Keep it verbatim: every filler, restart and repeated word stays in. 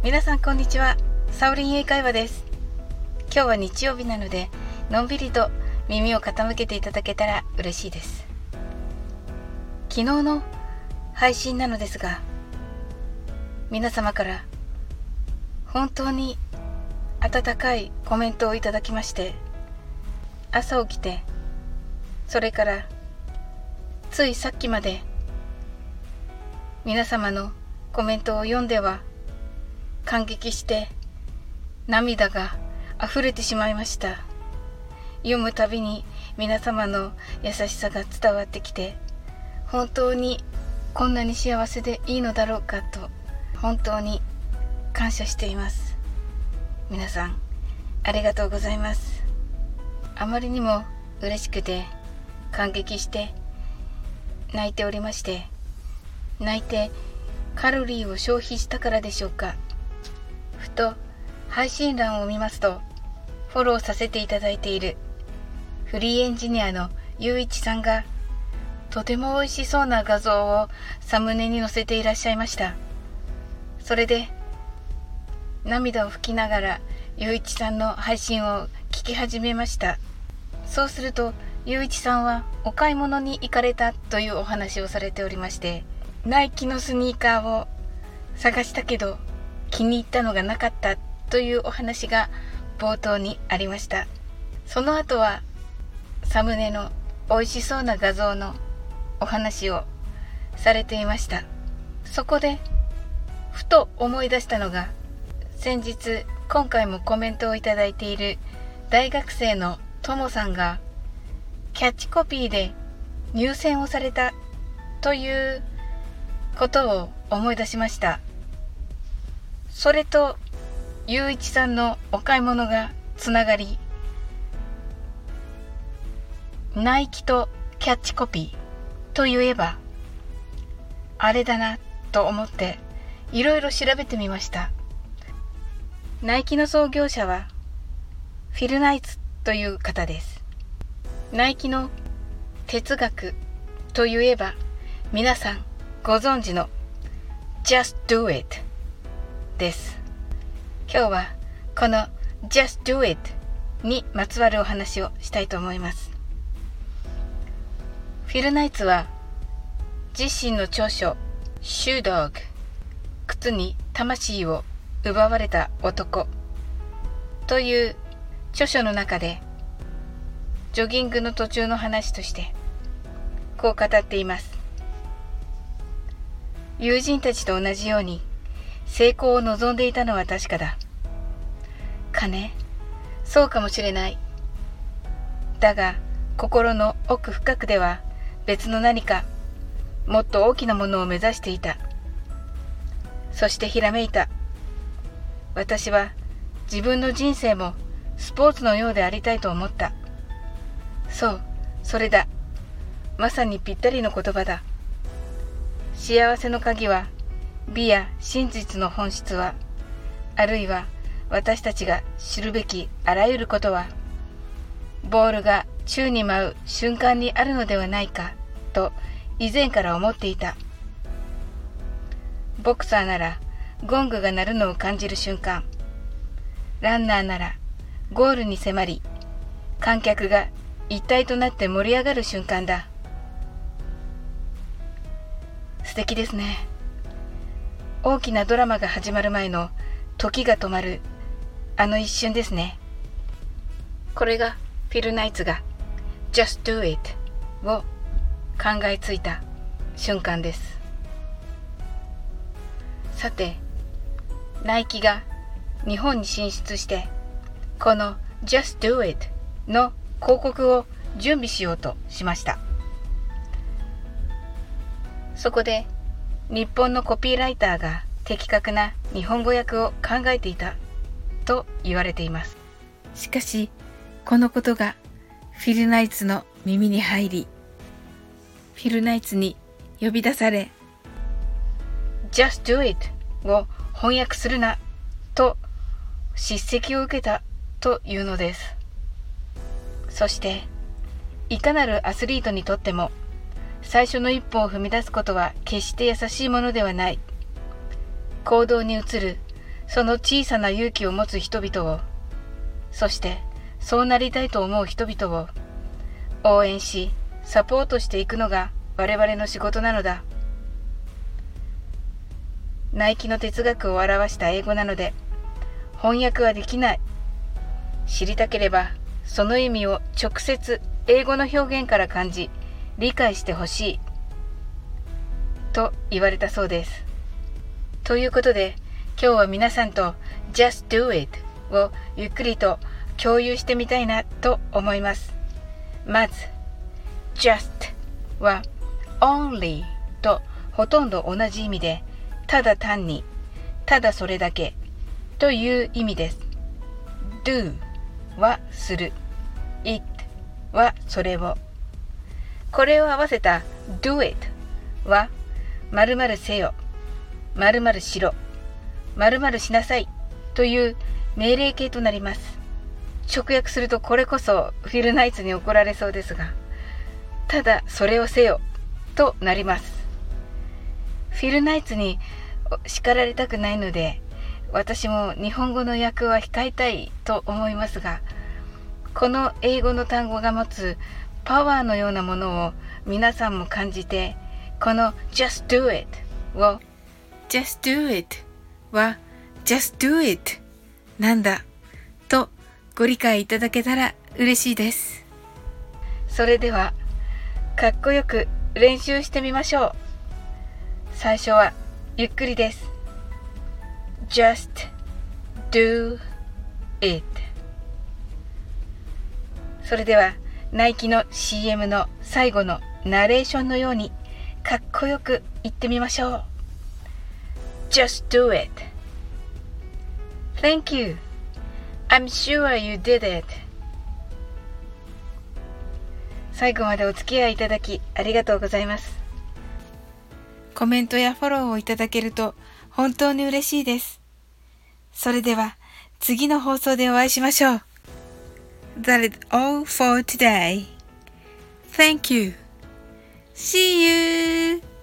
皆さんこんにちは。サオリン英会話です。今日は日曜日なのでのんびりと耳を傾けていただけたら嬉しいです。昨日の配信なのですが、皆様から本当に温かいコメントをいただきまして、朝起きてそれからついさっきまで皆様のコメントを読んでは感激して涙が溢れてしまいました。読むたびに皆様の優しさが伝わってきて、本当にこんなに幸せでいいのだろうかと本当に感謝しています。皆さんありがとうございます。あまりにも嬉しくて感激して泣いておりまして、泣いてカロリーを消費したからでしょうか。ふと配信欄を見ますと、フォローさせていただいているフリーエンジニアのゆういちさんがとても美味しそうな画像をサムネに載せていらっしゃいました。それで涙を拭きながらゆういちさんの配信を聞き始めました。そうするとゆういちさんはお買い物に行かれたというお話をされておりまして、ナイキのスニーカーを探したけど気に入ったのがなかったというお話が冒頭にありました。その後はサムネの美味しそうな画像のお話をされていました。そこでふと思い出したのが、先日今回もコメントをいただいている大学生のともさんがキャッチコピーで入選をされたということを思い出しました。それとゆういちさんのお買い物がつながり、ナイキとキャッチコピーといえばあれだなと思っていろいろ調べてみました。ナイキの創業者はフィル・ナイツという方です。ナイキの哲学といえば皆さんご存知の Just Do It です。今日はこの Just Do It にまつわるお話をしたいと思います。フィル・ナイツは自身の著書 Shoe Dog 靴に魂を奪われた男という著書の中でジョギングの途中の話としてこう語っています。友人たちと同じように成功を望んでいたのは確かだ。金、そうかもしれない。だが心の奥深くでは別の何かもっと大きなものを目指していた。そしてひらめいた。私は自分の人生もスポーツのようでありたいと思った。そう、それだ。まさにぴったりの言葉だ。幸せの鍵は美や真実の本質は、あるいは私たちが知るべきあらゆることは、ボールが宙に舞う瞬間にあるのではないかと以前から思っていた。ボクサーならゴングが鳴るのを感じる瞬間、ランナーならゴールに迫り観客が一体となって盛り上がる瞬間だ。素敵ですね。大きなドラマが始まる前の時が止まるあの一瞬ですね。これがフィル・ナイツが Just Do It を考えついた瞬間です。さて、ナイキが日本に進出してこの Just Do It の広告を準備しようとしました。そこで日本のコピーライターが的確な日本語訳を考えていたと言われています。しかしこのことがフィル・ナイツの耳に入り、フィル・ナイツに呼び出され、Just Do It を翻訳するなと叱責を受けたというのです。そしていかなるアスリートにとっても最初の一歩を踏み出すことは決して優しいものではない。行動に移るその小さな勇気を持つ人々を、そしてそうなりたいと思う人々を応援し、サポートしていくのが我々の仕事なのだ。ナイキの哲学を表した英語なので翻訳はできない。知りたければその意味を直接英語の表現から感じ理解してほしいと言われたそうです。ということで今日は皆さんと Just Do It をゆっくりと共有してみたいなと思います。まず Just は Only とほとんど同じ意味で、ただ単に、ただそれだけという意味です。Do はする、It はそれを。これを合わせた Do It は〇〇せよ、〇〇しろ、〇〇しなさいという命令形となります。直訳するとこれこそフィルナイツに怒られそうですが、ただそれをせよとなります。フィルナイツに叱られたくないので、私も日本語の訳は控えたいと思いますが、この英語の単語が持つパワーのようなものを皆さんも感じて、この Just Do It を Just Do It は Just Do It なんだとご理解いただけたら嬉しいです。それではかっこよく練習してみましょう。最初はゆっくりです。Just do it。 それではナイキの シーエム の最後のナレーションのようにかっこよく言ってみましょう。 Just do it. Thank you. I'm sure you did it. 最後までお付き合いいただきありがとうございます。コメントやフォローをいただけると本当に嬉しいです。それでは次の放送でお会いしましょう。That is all for today. Thank you. See you.